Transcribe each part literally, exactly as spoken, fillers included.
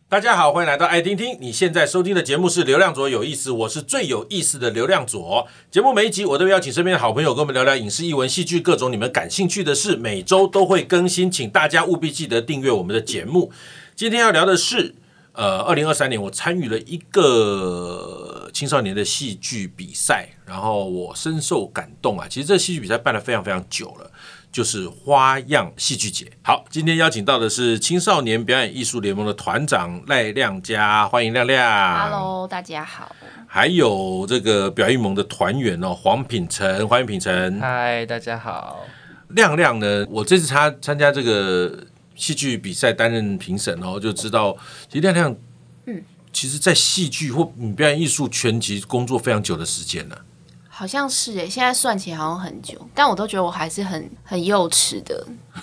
大家好，欢迎来到爱听听。你现在收听的节目是流量左有意思，我是最有意思的流量左。节目每一集我都会邀请身边的好朋友跟我们聊聊影视、艺文、戏剧各种你们感兴趣的事，每周都会更新，请大家务必记得订阅我们的节目。今天要聊的是，呃，二零二三年我参与了一个青少年的戏剧比赛，然后我深受感动啊。其实这个戏剧比赛办了非常非常久了。就是花样戏剧节。好，今天邀请到的是青少年表演艺术联盟的团长赖亮嘉，欢迎亮亮。 Hello， 大家好。 还有这个表艺盟的团员哦，黄品成，欢迎品成。 嗨，大家好。 亮亮呢，我这次参参加这个戏剧比赛担任评审哦，就知道其实亮亮，嗯，其实在戏剧或表演艺术圈其实工作非常久的时间了。 好像是耶，现在算起来好像很久，但我都觉得我还是很很幼稚的。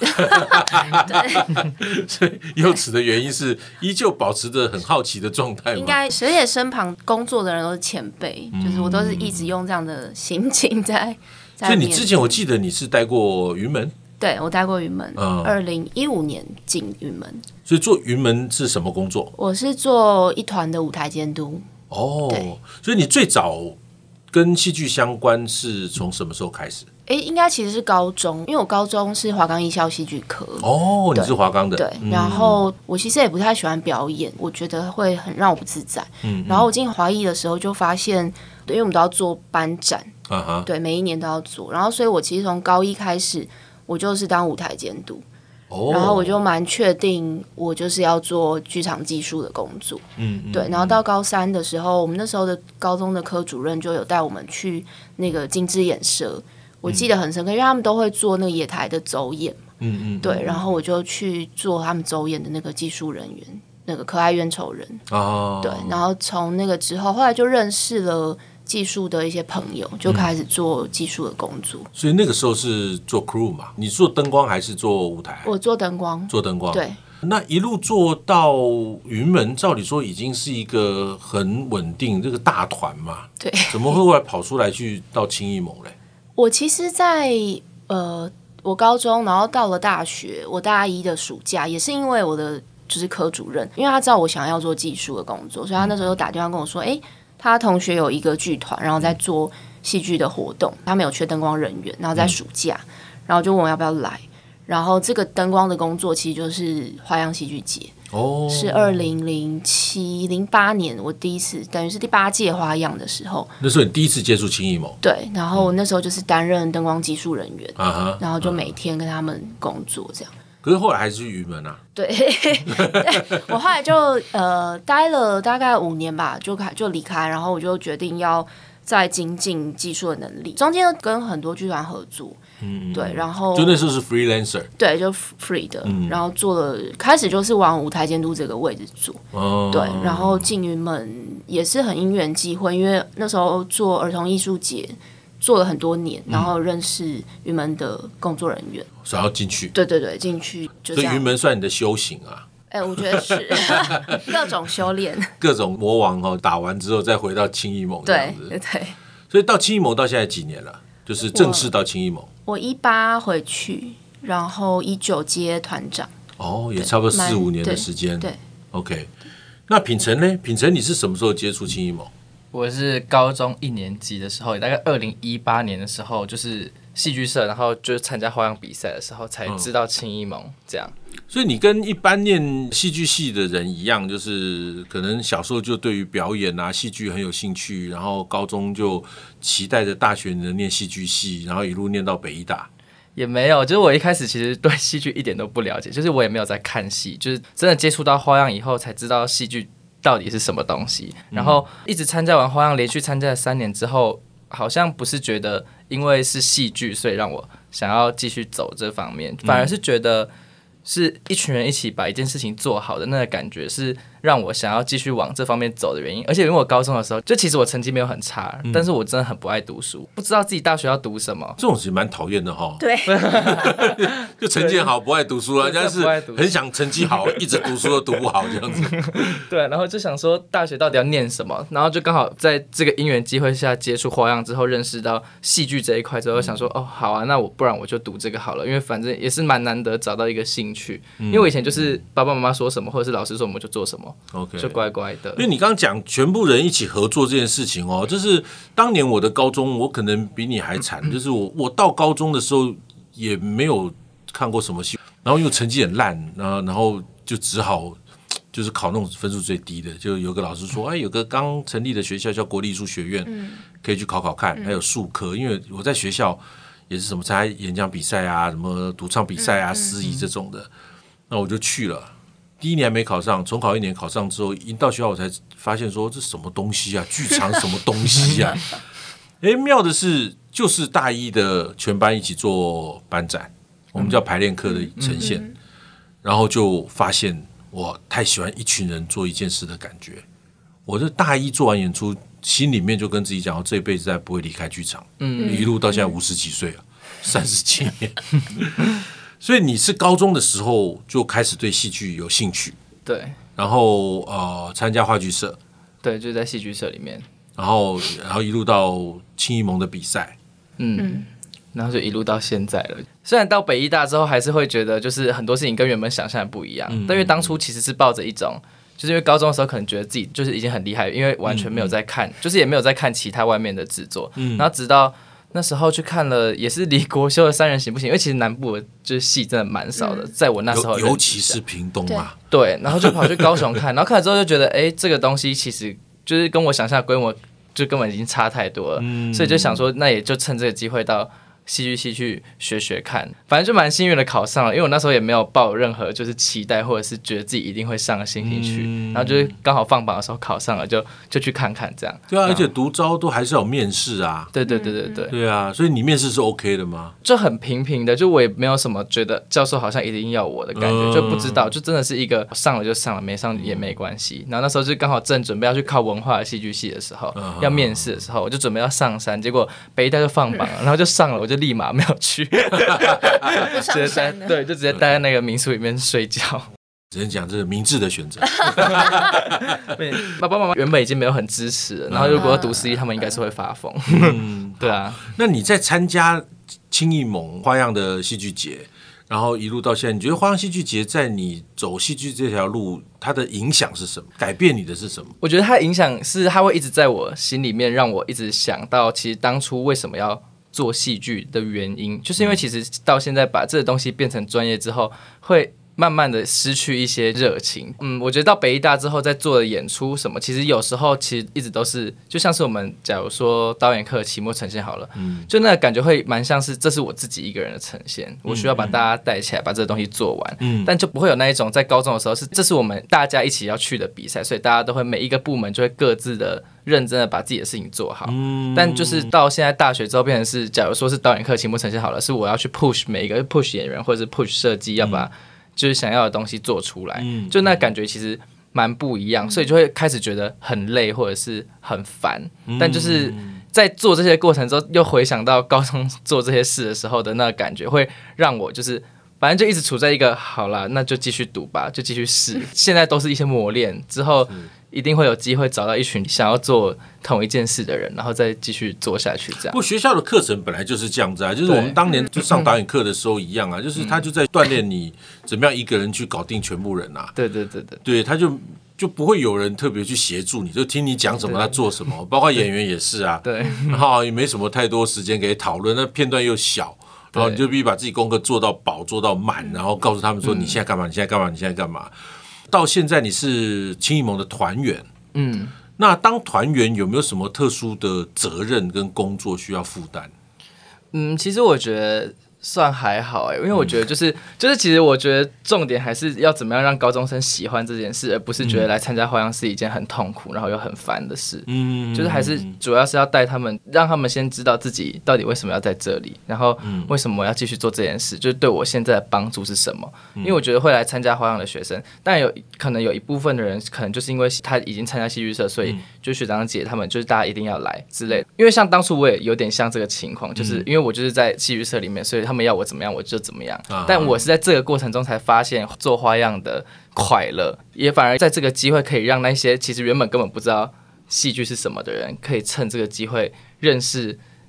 对，所以幼稚的原因是依旧保持着很好奇的状态吗？ 应该，而且身旁工作的人都是前辈，嗯、就是我都是一直用这样的心情在。在所以你之前我记得你是待过云门， 对我待过云门，二零一五年进云门。 所以做云门是什么工作？ 我是做一团的舞台监督。 哦，所以你最早跟戏剧相关是从什么时候开始？ 哎，应该其实是高中，因为我高中是华冈艺校戏剧科。 哦，你是华冈的。 对，嗯、然后我其实也不太喜欢表演，我觉得会很让我不自在。嗯，然后我进华艺的时候就发现，因为我们都要做班展，啊、对，每一年都要做，然后所以我其实从高一开始，我就是当舞台监督。然后我就蛮确定，我就是要做剧场技术的工作。嗯，嗯对。然后到高三的时候，我们那时候的高中的科主任就有带我们去那个金枝演社，我记得很深刻，因为他们都会做那个野台的走演嘛。嗯嗯。对，然后我就去做他们走演的那个技术人员，那个可爱冤仇人。哦。对，然后从那个之后，后来就认识了技术的一些朋友，就开始做技术的工作。嗯、 所以那个时候是做 crew 嘛？你做灯光还是做舞台？ 我做灯光， 做灯光。 对， 那一路做到云门，照理说已经是一个很稳定这个大团嘛。 对， 怎么会后来跑出来去到青艺盟嘞？ 我其实在，在呃，我高中，然后到了大学，我大一的暑假，也是因为我的就是科主任，因为他知道我想要做技术的工作，所以他那时候打电话跟我说，哎、欸。他同学有一个剧团，然后在做戏剧的活动，他们有缺灯光人员，然后在暑假，嗯、然后就问我要不要来。然后这个灯光的工作其实就是花样戏剧节，哦，是二零零七零八年我第一次，等于是第八届花样的时候。 那时候你第一次接触青艺盟？ 对，然后我那时候就是担任灯光技术人员，嗯、然后就每天跟他们工作这样。 可是后来还是去云门啊？ 对，我后来就呃待了大概五年吧，就开就离开，然后我就决定要再精进技术的能力。中间跟很多剧团合作，嗯，对，然后就那时候是 freelancer， 对，就 free 的，嗯、然后做了，开始就是往舞台监督这个位置做，哦，对，然后进云门也是很因缘际会，因为那时候做儿童艺术节。做了很多年，然后认识云门的工作人员， 想要进去。 对对对，进去就这样。 所以云门算你的修行啊？ 哎、欸，我觉得是各种修炼， 各种魔王哦，打完之后再回到青艺盟这样子。 对对。 所以到青艺盟到现在几年了？就是正式到青艺盟。 我一八回去，然后一九接团长。 哦，也差不多四五年的时间。 对。 OK， 那品成呢？品成你是什么时候接触青艺盟？ 我是高中一年级的时候，大概二零一八年的时候，就是戏剧社，然后就参加花样比赛的时候，才知道青艺盟这样。 所以你跟一般念戏剧系的人一样，就是可能小时候就对于表演啊、戏剧很有兴趣，然后高中就期待着大学能念戏剧系，然后一路念到北医大。 也没有，就是我一开始其实对戏剧一点都不了解，就是我也没有在看戏，就是真的接触到花样以后才知道戏剧到底是什么东西，然后一直参加完花样，连续参加了三年之后，好像不是觉得因为是戏剧，所以让我想要继续走这方面，反而是觉得是一群人一起把一件事情做好的那个感觉，是让我想要继续往这方面走的原因。而且因为我高中的时候，就其实我成绩没有很差，嗯、但是我真的很不爱读书，不知道自己大学要读什么。 这种其实蛮讨厌的哈。 对， 就成绩好不爱读书啊，人家是很想成绩好，一直读书都读不好这样子。 对，然后就想说大学到底要念什么，然后就刚好在这个因缘机会下接触花样之后，认识到戏剧这一块之后，想说哦好啊，那我不然我就读这个好了，因为反正也是蛮难得找到一个兴趣，嗯、因为我以前就是爸爸妈妈说什么，或者是老师说什么就做什么 ，OK， 就乖乖的。 因为你刚刚讲全部人一起合作这件事情哦，就是当年我的高中，我可能比你还惨，就是我我到高中的时候也没有看过什么戏，然后因为成绩很烂，然后然后就只好。就是考那种分数最低的，就有个老师说，哎，有个刚成立的学校叫国立艺术学院，嗯、可以去考考看，还有术科。因为我在学校也是什么参加演讲比赛啊，什么独唱比赛啊、嗯、司仪这种的，那我就去了。第一年没考上，重考一年考上之后，一到学校我才发现说这什么东西啊，剧场什么东西啊？哎，妙的是，就是大一的全班一起做班展，我们叫排练课的呈现，嗯、然后就发现。我太喜欢一群人做一件事的感觉。我这大一做完演出，心里面就跟自己讲，我这一辈子再不会离开剧场。嗯，一路到现在五十几岁了，三十几年。所以你是高中的时候就开始对戏剧有兴趣， 对， 然后呃参加话剧社， 对，就在戏剧社里面， 然后然后一路到青艺盟的比赛， 嗯。嗯然后就一路到现在了。虽然到北艺大之后，还是会觉得就是很多事情跟原本想象的不一样。嗯、但因为当初其实是抱着一种，就是因为高中的时候可能觉得自己就是已经很厉害，因为完全没有在看，嗯、就是也没有在看其他外面的制作。嗯、然后直到那时候去看了，也是离国修的《三人行不行》，因为其实南部的就是戏真的蛮少的，嗯、在我那时候尤其是屏东嘛， 对，然后就跑去高雄看，然后看了之后就觉得，哎，这个东西其实就是跟我想象的规模就根本已经差太多了，嗯、所以就想说，那也就趁这个机会到。戏剧系去学学看，反正就蛮幸运的考上了，因为我那时候也没有抱任何就是期待，或者是觉得自己一定会上的心情去，嗯、然后就是刚好放榜的时候考上了，就就去看看这样。 对啊，而且独招都还是有面试啊。 对对对对对。 对啊，所以你面试是 OK 的吗？ 就很平平的，就我也没有什么觉得教授好像一定要我的感觉，嗯、就不知道，就真的是一个上了就上了，没上也没关系。然后那时候就刚好正准备要去考文化的戏剧系的时候，嗯、要面试的时候，我就准备要上山，结果北艺大就放榜了，然后就上了，我就立马没有去。直接待对，就直接待在那个民宿里面睡觉。 只能讲这是明智的选择。 爸爸妈妈原本已经没有很支持了，然后如果要读私立，他们应该是会发疯。嗯，对啊。 那你在参加青艺盟花样的戏剧节，然后一路到现在，你觉得花样戏剧节在你走戏剧这条路，它的影响是什么？改变你的是什么？ 我觉得它的影响是，它会一直在我心里面，让我一直想到，其实当初为什么要做戏剧的原因，就是因为其实到现在把这个东西变成专业之后，会慢慢的失去一些热情。嗯，我觉得到北艺大之后在做的演出什么，其实有时候其实一直都是，就像是我们假如说导演课期末呈现好了，嗯，就那个感觉会蛮像是这是我自己一个人的呈现，我需要把大家带起来，把这个东西做完，嗯，但就不会有那一种在高中的时候是这是我们大家一起要去的比赛，所以大家都会每一个部门就会各自的认真的把自己的事情做好，嗯，但就是到现在大学之后变成是，假如说是导演课期末呈现好了，是我要去 push 每一个 push 演员或者是 push 设计，要把就是想要的东西做出来，嗯、就那感觉其实蛮不一样，所以就会开始觉得很累或者是很烦。嗯、但就是在做这些过程中，又回想到高中做这些事的时候的那个感觉，会让我就是反正就一直处在一个好啦，那就继续赌吧，就继续试。现在都是一些磨练，之后一定会有机会找到一群想要做同一件事的人，然后再继续做下去。这样。 不过学校的课程本来就是这样子啊，就是我们当年就上导演课的时候一样啊，就是他就在锻炼你怎么样一个人去搞定全部人啊。 对对对对， 对，他就就不会有人特别去协助你，就听你讲什么他做什么，包括演员也是啊。 对， 然后也没什么太多时间给讨论，那片段又小。然后你就必须把自己功课做到饱，做到满，然后告诉他们说你现在干嘛，你现在干嘛，你现在干嘛。到现在你是青艺盟的团员，嗯，那当团员有没有什么特殊的责任跟工作需要负担？ 嗯，其实我觉得算还好哎、欸，因为我觉得就是、嗯、就是其实我觉得重点还是要怎么样让高中生喜欢这件事，而不是觉得来参加花样是一件很痛苦然后又很烦的事。嗯，就是还是主要是要带他们，让他们先知道自己到底为什么要在这里，然后为什么要继续做这件事，就是对我现在的帮助是什么。因为我觉得会来参加花样的学生，但有可能有一部分的人可能就是因为他已经参加戏剧社，所以就学长姐他们就是大家一定要来之类的。因为像当初我也有点像这个情况，就是因为我就是在戏剧社里面，所以他们要我怎么样我就怎么样，但我是在这个过程中才发现做花样的快乐，也反而在这个机会可以让那些其实原本根本不知道戏剧是什么的人，可以趁这个机会认识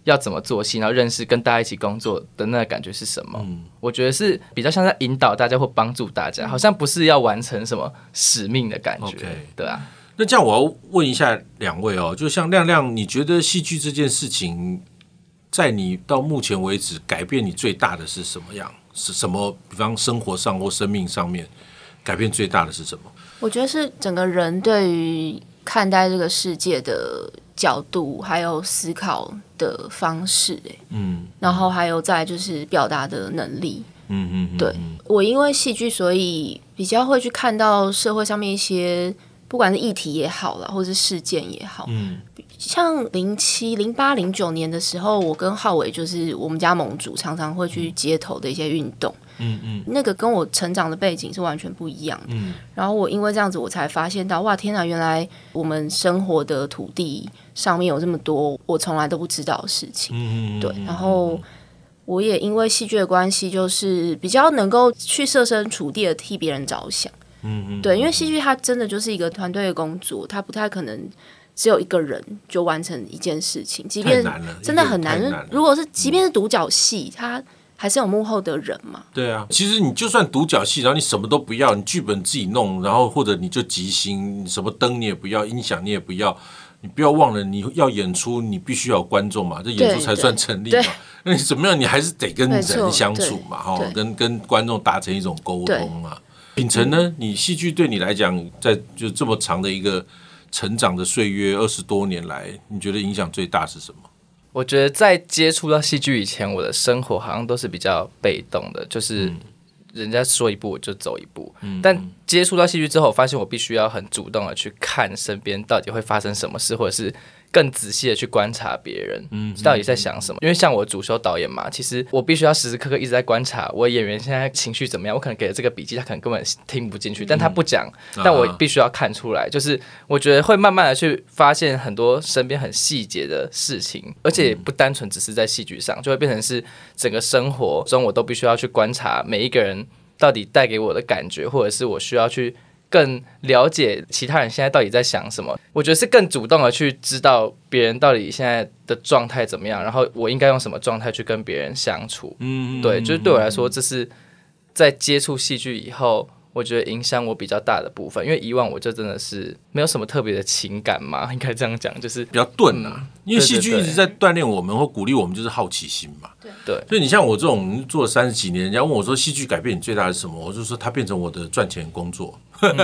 要怎么做戏，然后认识跟大家一起工作的那个感觉是什么、嗯、我觉得是比较像在引导大家或帮助大家，好像不是要完成什么使命的感觉、okay. 对啊。 那这样我要问一下两位哦，就像亮亮，你觉得戏剧这件事情在你到目前为止改变你最大的是什么样？是什么？比方生活上或生命上面改变最大的是什么？ 我觉得是整个人对于看待这个世界的角度，还有思考的方式，嗯，然后还有再就是表达的能力，嗯嗯嗯，对，我因为戏剧，所以比较会去看到社会上面一些不管是议题也好啦，或是事件也好，嗯，像零七、零八、零九年的时候，我跟浩伟就是我们家盟主，常常会去街头的一些运动。嗯嗯，那个跟我成长的背景是完全不一样的。嗯，然后我因为这样子，我才发现到，哇，天哪，原来我们生活的土地上面有这么多我从来都不知道的事情。嗯嗯，对。然后我也因为戏剧的关系，就是比较能够去设身处地的替别人着想。嗯嗯，对，因为戏剧它真的就是一个团队的工作，它不太可能只有一个人就完成一件事情，即便真的很难。如果是即便是独角戏，它还是有幕后的人嘛。 对啊，其实你就算独角戏，然后你什么都不要，你剧本自己弄，然后或者你就即兴，你什么灯你也不要，音响你也不要，你不要忘了你要演出，你必须要有观众嘛，这演出才算成立嘛。那你怎么样，你还是得跟人相处嘛，哦，跟跟观众达成一种沟通嘛。秉承呢，你戏剧对你来讲，在就这么长的一个成长的岁月，二十多年来，你觉得影响最大是什么？ 我觉得在接触到戏剧以前，我的生活好像都是比较被动的，就是人家说一步我就走一步。嗯、但接触到戏剧之后，我发现我必须要很主动的去看身边到底会发生什么事，或者是更仔细的去观察别人到底在想什么。因为像我主修导演嘛，其实我必须要时时刻刻一直在观察我演员现在情绪怎么样。我可能给了这个笔记，他可能根本听不进去，但他不讲，但我必须要看出来。就是我觉得会慢慢的去发现很多身边很细节的事情，而且不单纯只是在戏剧上，就会变成是整个生活中我都必须要去观察每一个人到底带给我的感觉，或者是我需要去更了解其他人现在到底在想什么。我觉得是更主动的去知道别人到底现在的状态怎么样，然后我应该用什么状态去跟别人相处。嗯，对，就是对我来说，这是在接触戏剧以后，我觉得影响我比较大的部分。因为以往我就真的是没有什么特别的情感嘛，应该这样讲，就是比较钝啊。嗯、因为戏剧一直在锻炼我们或鼓励我们，就是好奇心嘛。 对， 所以你像我这种做了三十几年，人家问我说戏剧改变你最大的是什么，我就说它变成我的赚钱工作。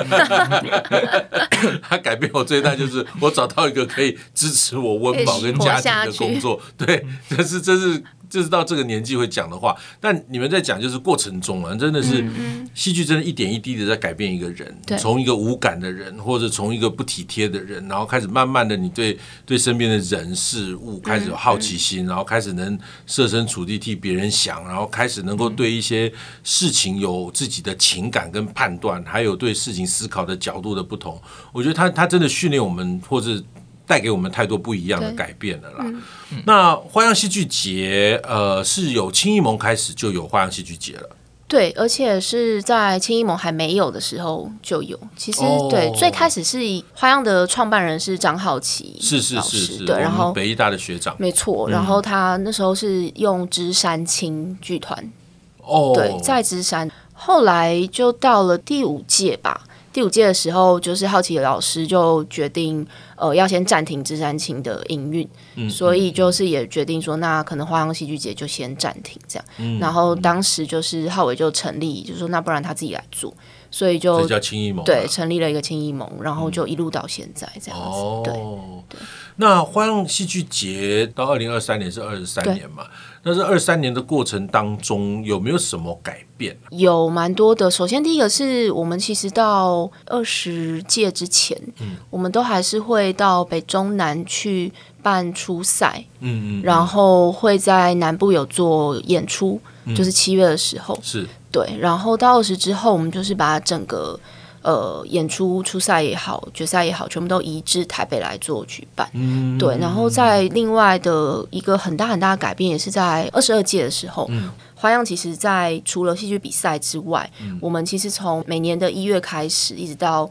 它改变我最大就是我找到一个可以支持我温饱跟家庭的工作。对，这是这是这是到这个年纪会讲的话。但你们在讲就是过程中啊，真的是戏剧真的一点一滴的在改变一个人，从一个无感的人，或者从一个不体贴的人，然后开始慢慢的你对对身边的人事物开始有好奇心，然后开始能设身处地替别人想，然后开始能够对一些事情有自己的情感跟判断，还有对事情思考的角度的不同。我觉得他他真的训练我们，或者带给我们太多不一样的改变了啦。嗯、那花样戏剧节，呃，是有青艺盟开始就有花样戏剧节了。 对，而且是在青艺盟还没有的时候就有。其实、哦、对，最开始是花样的创办人是张浩琪老师， 是是是是， 对，然后北艺大的学长， 没错。然后他那时候是用芝山青剧团，哦，对，在芝山。后来就到了第五届吧。第五届的时候，就是好奇的老师就决定，呃，要先暂停芝山青的营运、嗯，所以就是也决定说，那可能花样戏剧节就先暂停这样、嗯。然后当时就是浩伟就成立，就说那不然他自己来做，所以就这叫青艺盟， 对，成立了一个青艺盟，然后就一路到现在这样子。哦、对, 对。 那花样戏剧节到二零二三年是二十三年嘛？那这二三年的过程当中，有没有什么改变、啊？ 有蛮多的。首先，第一个是我们其实到二十届之前、嗯，我们都还是会到北中南去办初赛，嗯嗯，然后会在南部有做演出，嗯、就是七月的时候， 是对。然后到二十之后，我们就是把整个呃演出初赛也好，决赛也好，全部都移至台北来做举办。嗯，对。然后在另外的一个很大很大的改变，也是在二十二届的时候。嗯，花样其实在除了戏剧比赛之外、嗯、我们其实从每年的一月开始一直到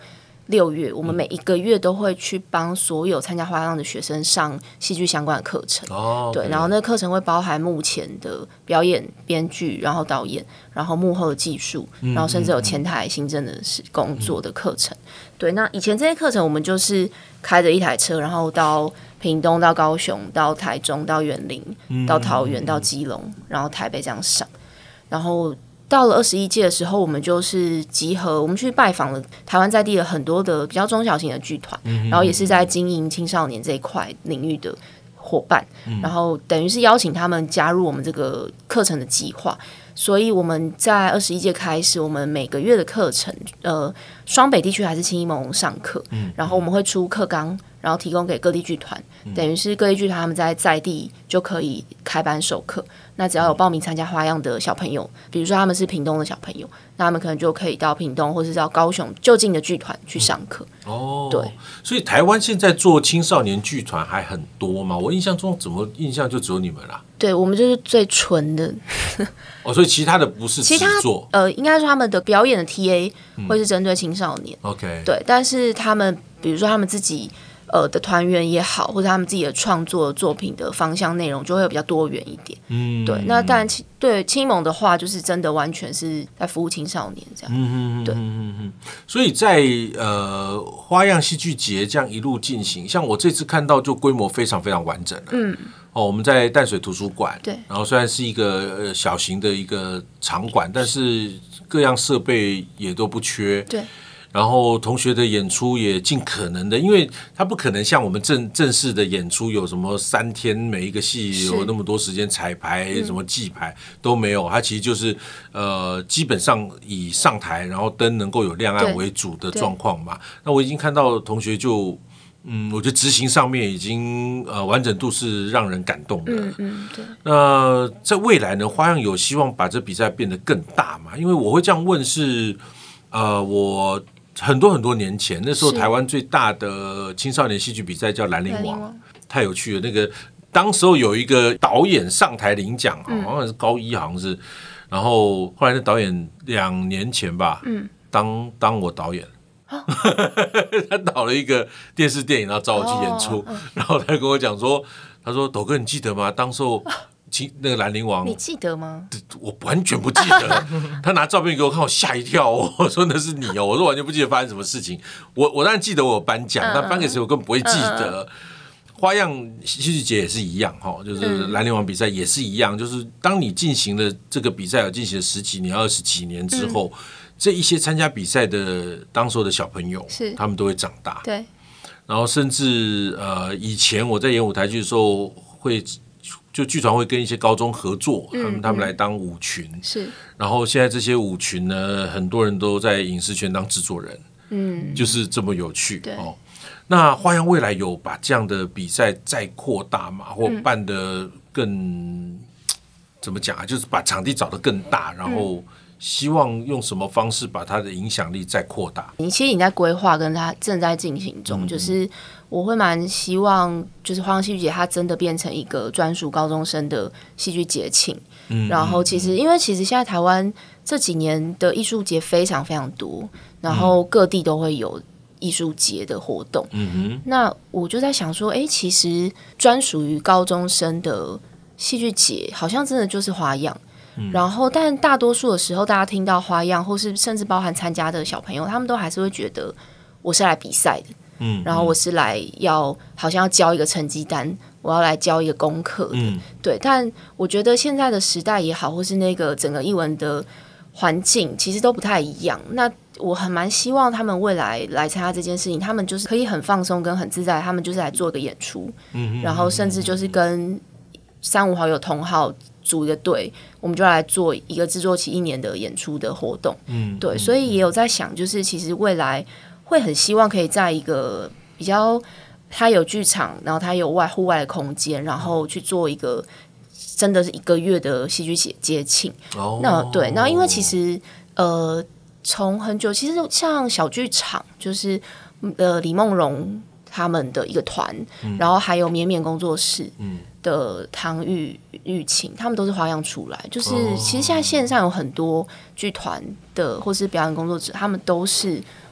六月，我们每一个月都会去帮所有参加花样的学生上戏剧相关的课程。 哦， 对，然后那个课程会包含幕前的表演、编剧，然后导演，然后幕后的技术，然后甚至有前台行政的工作的课程。对，那以前这些课程我们就是开着一台车，然后到屏东、到高雄、到台中、到员林、到桃园、到基隆，然后台北这样上，然后。到了二十一届的时候，我们就是集合，我们去拜访了台湾在地的很多的比较中小型的剧团，嗯、然后也是在经营青少年这一块领域的伙伴，嗯、然后等于是邀请他们加入我们这个课程的计划。所以我们在二十一届开始，我们每个月的课程，呃，双北地区还是青艺盟盟上课，嗯、然后我们会出课纲，然后提供给各地剧团，嗯、等于是各地剧团他们在在地就可以开班授课。那只要有报名参加花样的小朋友，比如说他们是屏东的小朋友，那他们可能就可以到屏东或是到高雄就近的剧团去上课。 嗯、哦， 对， 所以台湾现在做青少年剧团还很多吗？我印象中怎么印象就只有你们啦？ 对，我们就是最纯的。 哦，所以其他的不是制作， 呃，应该说他们的表演的 T A 会是针对青少年。 嗯、OK， 对，但是他们比如说他们自己。呃的团员也好，或者他们自己的创作作品的方向内容就会比较多元一点。嗯，对。那当然，对青盟的话，就是真的完全是在服务青少年这样。嗯嗯对。嗯嗯所以在呃花样戏剧节这样一路进行，像我这次看到就规模非常非常完整了。嗯。哦，我们在淡水图书馆， 对。 然后虽然是一个呃小型的一个场馆，但是各样设备也都不缺。 对。 然后同学的演出也尽可能的，因为他不可能像我们正正式的演出有什么三天每一个戏有那么多时间彩排、嗯、什么记牌都没有，他其实就是呃基本上以上台然后灯能够有亮暗为主的状况嘛。那我已经看到同学就嗯，我觉得执行上面已经呃完整度是让人感动的。 嗯嗯，对。 那在未来呢，花样有希望把这比赛变得更大嘛？因为我会这样问是呃我。很多很多年前，那时候台湾最大的青少年戏剧比赛叫兰陵王，太有趣了。那个当时候有一个导演上台领奖，嗯、好像是高一，好像是。然后后来那导演两年前吧，嗯、当当我导演，哦、他导了一个电视电影，然后找我去演出，哦嗯、然后他跟我讲说，他说：“斗哥，你记得吗？当时候。”那个兰陵王， 你记得吗？ 我完全不记得。他拿照片给我看，我吓一跳。我说那是你哦，我说完全不记得发生什么事情。我我当然记得我有颁奖，嗯、但颁给谁我根本不会记得。嗯、花样戏剧节也是一样哈，就是兰陵王比赛也是一样，就是当你进行了这个比赛，有进行了十几年、二十几年之后，嗯、这一些参加比赛的当时候的小朋友， 是他们都会长大。 对， 然后甚至呃，以前我在演舞台剧的时候会。就剧团会跟一些高中合作，嗯、他们他们来当舞群， 是。 然后现在这些舞群呢，很多人都在影视圈当制作人，嗯，就是这么有趣。 对哦，那花样未来有把这样的比赛再扩大嘛，或办得更、嗯、怎么讲啊？就是把场地找得更大，然后希望用什么方式把它的影响力再扩大？ 你其实你在规划，跟它正在进行中，嗯、就是。我会蛮希望，就是花样戏剧节它真的变成一个专属高中生的戏剧节庆。嗯，然后其实因为其实现在台湾这几年的艺术节非常非常多，然后各地都会有艺术节的活动。嗯哼，那我就在想说，哎，其实专属于高中生的戏剧节，好像真的就是花样。嗯、然后，但大多数的时候，大家听到花样，或是甚至包含参加的小朋友，他们都还是会觉得我是来比赛的。嗯，然后我是来要好像要交一个成绩单，我要来交一个功课的，嗯、对。但我觉得现在的时代也好，或是那个整个艺文的环境，其实都不太一样。那我很蛮希望他们未来来参加这件事情，他们就是可以很放松跟很自在，他们就是来做一个演出，嗯、然后甚至就是跟三五好友同好组一个队，我们就来做一个制作期一年的演出的活动，嗯，对。所以也有在想，就是其实未来。会很希望可以在一个比较，它有剧场，然后它有外户外的空间，然后去做一个真的是一个月的戏剧节节庆。哦，那对，然后因为其实呃，从很久，其实像小剧场，就是呃李梦荣他们的一个团，嗯、然后还有绵绵工作室的唐玉玉琴，他们都是花样出来。就是其实现在线上有很多剧团的或是表演工作者，他们都是。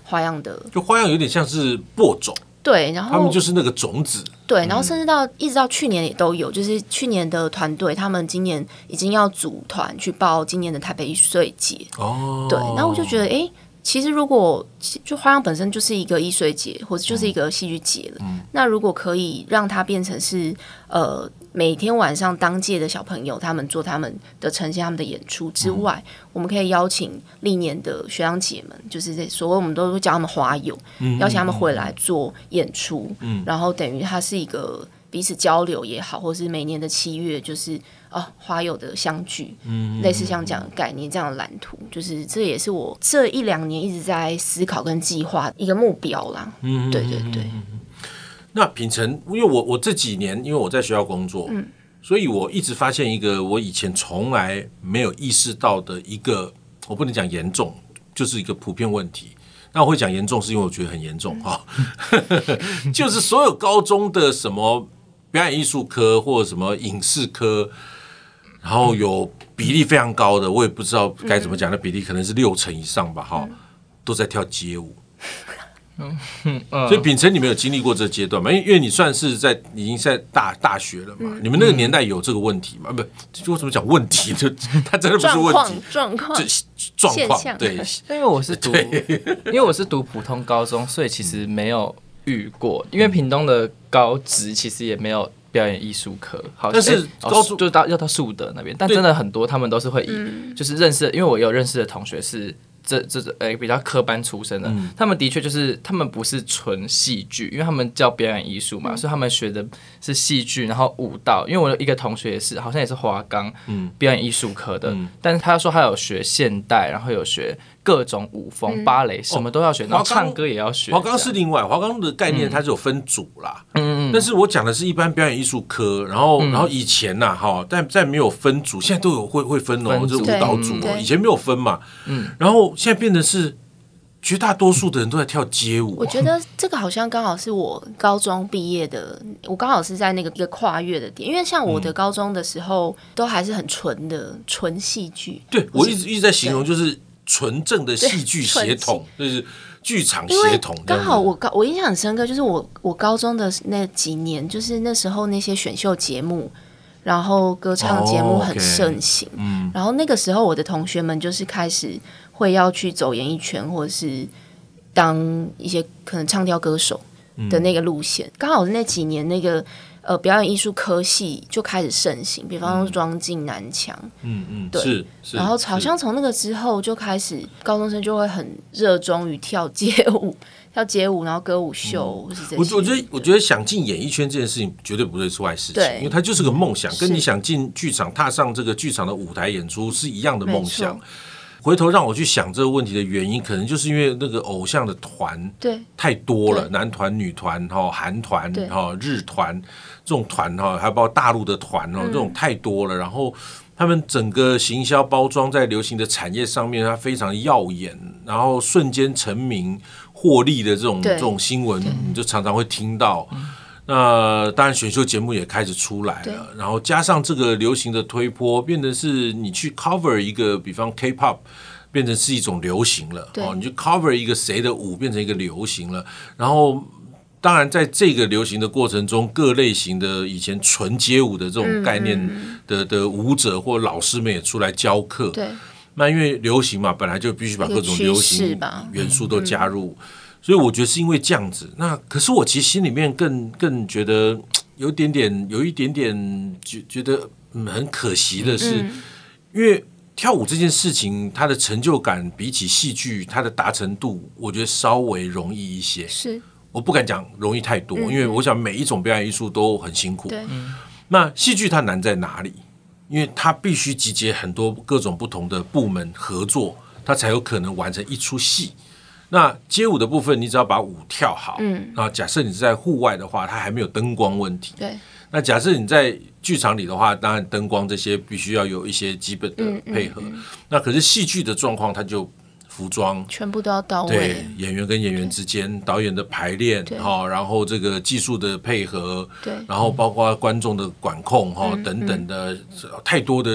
花样的， 就花样有点像是播种。 对，然后他们就是那个种子， 对，然后甚至到、嗯、一直到去年也都有，就是去年的团队，他们今年已经要组团去报今年的台北艺术节哦。对，然后我就觉得，哎，其实如果就花样本身就是一个艺术节，或者就是一个戏剧节了、嗯，那如果可以让它变成是呃每天晚上当届的小朋友他们做他们的呈现他们的演出之外、嗯，我们可以邀请历年的学长姐们，就是所谓我们都会叫他们花友、嗯，邀请他们回来做演出，嗯，然后等于它是一个彼此交流也好，或是每年的七月就是哦花友的相聚，嗯，类似像这样的概念，这样的蓝图，就是这也是我这一两年一直在思考跟计划一个目标啦，嗯，对对对。 那品成，因为我我这几年因为我在学校工作、嗯，所以我一直发现一个我以前从来没有意识到的一个，我不能讲严重，就是一个普遍问题。那我会讲严重，是因为我觉得很严重哈、嗯，就是所有高中的什么表演艺术科或者什么影视科，然后有比例非常高的，我也不知道该怎么讲的比例，可能是六成以上吧，哈，都在跳街舞。嗯，所以秉承你们有经历过这个阶段吗？因为因为你算是在已经在大大学了嘛、嗯，你们那个年代有这个问题吗？嗯、不，为什么讲问题？就它真的不是问题， 状况状况对。 因为我是读，因为我是读普通高中，所以其实没有遇过。因为屏东的高职其实也没有表演艺术科，好， 但是高中、 哦、就到要到树德那边，但真的很多他们都是会以、嗯、就是认识的，因为我有认识的同学是。这这呃比较科班出身的、嗯，他们的确就是他们不是纯戏剧，因为他们叫表演艺术嘛、嗯，所以他们学的是戏剧，然后舞蹈。因为我有一个同学也是，好像也是华冈、嗯、表演艺术科的、嗯，但是他说他有学现代，然后有学各种舞风、嗯、芭蕾，什么都要学，然后唱歌也要学。 华冈是另外，华冈的概念它是有分组啦，嗯，但是我讲的是一般表演艺术科，然后、嗯、然后以前呐、啊、哈，但在没有分组，现在都有会会分哦，这舞蹈组哦，以前没有分嘛，嗯，然后。现在变得是绝大多数的人都在跳街舞、啊。 我觉得这个好像刚好是我高中毕业的，我刚好是在那个一个跨越的点，因为像我的高中的时候，嗯、都还是很纯的纯戏剧。 对，我一直一直在形容就是纯正的戏剧协同，就是剧场协同。 刚好我高我印象很深刻，就是我我高中的那几年，就是那时候那些选秀节目。然后歌唱节目很盛行、oh, okay. 嗯、然后那个时候我的同学们就是开始会要去走演艺圈或者是当一些可能唱跳歌手的那个路线，刚、嗯、好那几年那个呃表演艺术科系就开始盛行，比方说庄敬南墙，嗯嗯，对， 是是， 然后好像从那个之后就开始高中生就会很热衷于跳街舞。跳街舞，然后歌舞秀，嗯、是这些。 我我觉得，我觉得想进演艺圈这件事情绝对不会是坏事情，因为它就是个梦想，跟你想进剧场、踏上这个剧场的舞台演出是一样的梦想。回头让我去想这个问题的原因，可能就是因为那个偶像的团对太多了，男团、女团、哈韩团、哈日团这种团哈，还包括大陆的团哦，这种太多了，然后。他们整个行销包装在流行的产业上面，它非常耀眼，然后瞬间成名获利的这种这种新闻，你就常常会听到。那当然，选秀节目也开始出来了，然后加上这个流行的推波，变成是你去 cover 一个，比方 K-pop， 变成是一种流行了。哦，你去 cover 一个谁的舞，变成一个流行了，然后。当然，在这个流行的过程中，各类型的以前纯街舞的这种概念的、嗯、的舞者或老师们也出来教课。对，那因为流行嘛，本来就必须把各种流行元素都加入，嗯、所以我觉得是因为这样子。那可是我其实心里面更更觉得有点点，有一点点觉觉得、嗯、很可惜的是，嗯、因为跳舞这件事情，它的成就感比起戏剧，它的达成度，我觉得稍微容易一些。是。我不敢讲容易太多，因为我想每一种表演艺术都很辛苦。对，那戏剧它难在哪里？因为它必须集结很多各种不同的部门合作，它才有可能完成一出戏。那街舞的部分，你只要把舞跳好，嗯，那假设你是在户外的话，它还没有灯光问题。对，那假设你在剧场里的话，当然灯光这些必须要有一些基本的配合。嗯嗯嗯、那可是戏剧的状况，它就。服装全部都要到位， 对演员跟演员之间导演的排练，然后这个技术的配合，然后包括观众的管控、嗯、等等的、嗯、太多的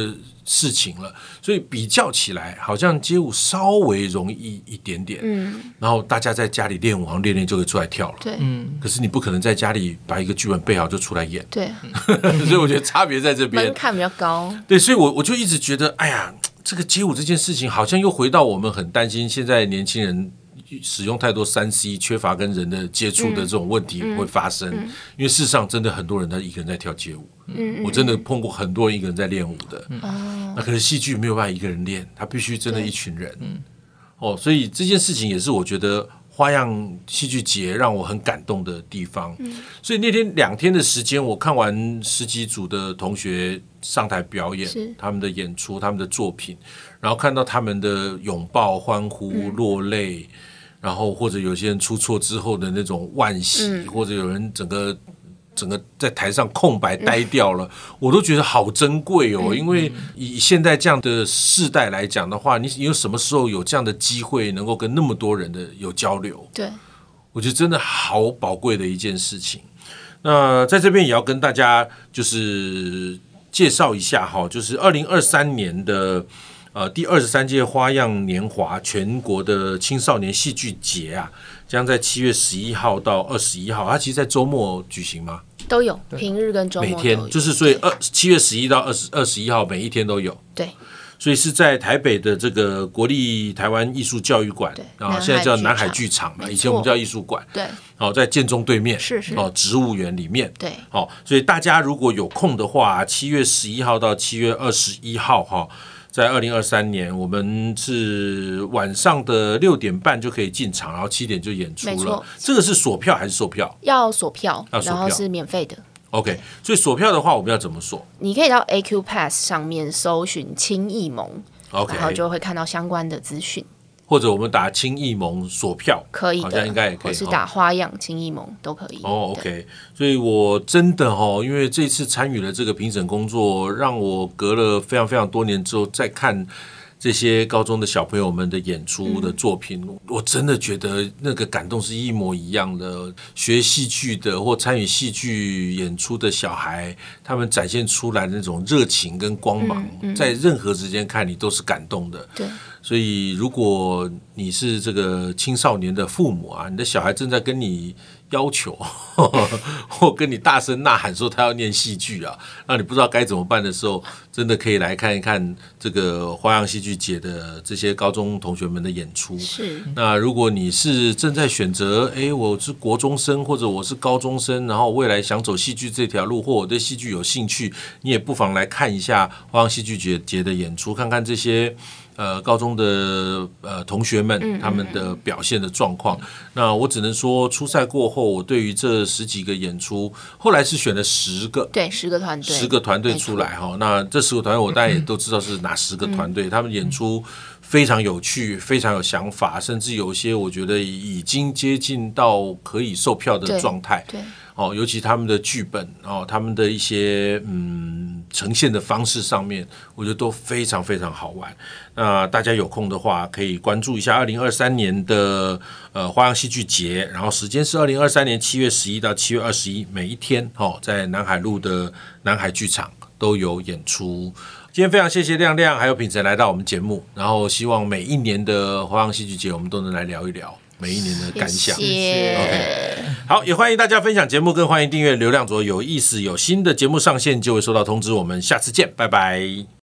事情了，所以比较起来好像街舞稍微容易一点点，嗯，然后大家在家里练舞，好像练练就可以出来跳了， 对， 嗯， 可是你不可能在家里把一个剧本背好就出来演， 对， 所以我觉得差别在这边， 门槛比较高， 对，所以我我就一直觉得，哎呀，这个街舞这件事情好像又回到我们很担心现在年轻人使用太多三 C， 缺乏跟人的接触的这种问题会发生，嗯嗯、因为事实上真的很多人他一个人在跳街舞，嗯、我真的碰过很多人一个人在练舞的，嗯、那可是戏剧没有办法一个人练，他必须真的一群人，哦，所以这件事情也是我觉得花样戏剧节让我很感动的地方，嗯、所以那天两天的时间，我看完十几组的同学上台表演，他们的演出，他们的作品，然后看到他们的拥抱、欢呼、嗯、落泪。然后或者有些人出错之后的那种惋惜，嗯、或者有人整个整个在台上空白呆掉了，嗯、我都觉得好珍贵哦。嗯、因为以现在这样的世代来讲的话，你有什么时候有这样的机会能够跟那么多人的有交流？ 对， 我觉得真的好宝贵的一件事情。那在这边也要跟大家就是介绍一下哈，就是二零二三年的。呃，第二十三届花样年华全国的青少年戏剧节啊，将在七月十一号到二十一号，它其实在周末举行吗？ 都有，平日跟周末都有， 每天就是所以二七月十一到二十二十一号每一天都有。 对， 所以是在台北的这个国立台湾艺术教育馆，啊，现在叫南海剧场嘛，以前我们叫艺术馆。 对， 好，在建中对面， 是是， 哦，植物园里面。 对， 好，所以大家如果有空的话，七月十一号到七月二十一号，哈。在二零二三年，我们是晚上的六点半就可以进场，然后七点就演出了。这个是锁票还是售票？ 要锁票， 要锁票， 然后是免费的。 OK， 所以锁票的话，我们要怎么锁？ 你可以到 A Q Pass 上面搜寻青艺盟 ，OK， 然后就会看到相关的资讯。 或者我们打青艺盟锁票， 可以的， 好像应该也可以， 或是打花样青艺盟都可以。 哦 ，OK， 所以我真的哈、哦，因为这次参与了这个评审工作，让我隔了非常非常多年之后再看这些高中的小朋友们的演出的作品，嗯、我真的觉得那个感动是一模一样的。学戏剧的或参与戏剧演出的小孩，他们展现出来的那种热情跟光芒，嗯嗯、在任何时间看你都是感动的。 对。 所以，如果你是这个青少年的父母啊，你的小孩正在跟你要求，呵呵或跟你大声呐喊说他要念戏剧啊，让你不知道该怎么办的时候，真的可以来看一看这个花样戏剧节的这些高中同学们的演出。 是。 那如果你是正在选择，哎，我是国中生或者我是高中生，然后未来想走戏剧这条路，或我对戏剧有兴趣，你也不妨来看一下花样戏剧节节的演出，看看这些。呃，高中的呃同学们他们的表现的状况，嗯嗯嗯那我只能说，初赛过后，我对于这十几个演出，后来是选了十个， 对，十个团队， 十个团队出来哈。那这十个团队，我大家也都知道是哪十个团队，嗯、他们演出非常有趣，非常有想法，甚至有些我觉得已经接近到可以售票的状态。 对。对哦，尤其他们的剧本哦，他们的一些嗯呈现的方式上面，我觉得都非常非常好玩。那大家有空的话，可以关注一下二零二三年的呃花样戏剧节，然后时间是二零二三年七月十一到七月二十一，每一天哦，在南海路的南海剧场都有演出。今天非常谢谢亮亮还有品成来到我们节目，然后希望每一年的花样戏剧节我们都能来聊一聊。每一年的感想， 谢谢 OK， 好，也欢迎大家分享节目，跟欢迎订阅流量左有意思，有新的节目上线就会收到通知。我们下次见，拜拜。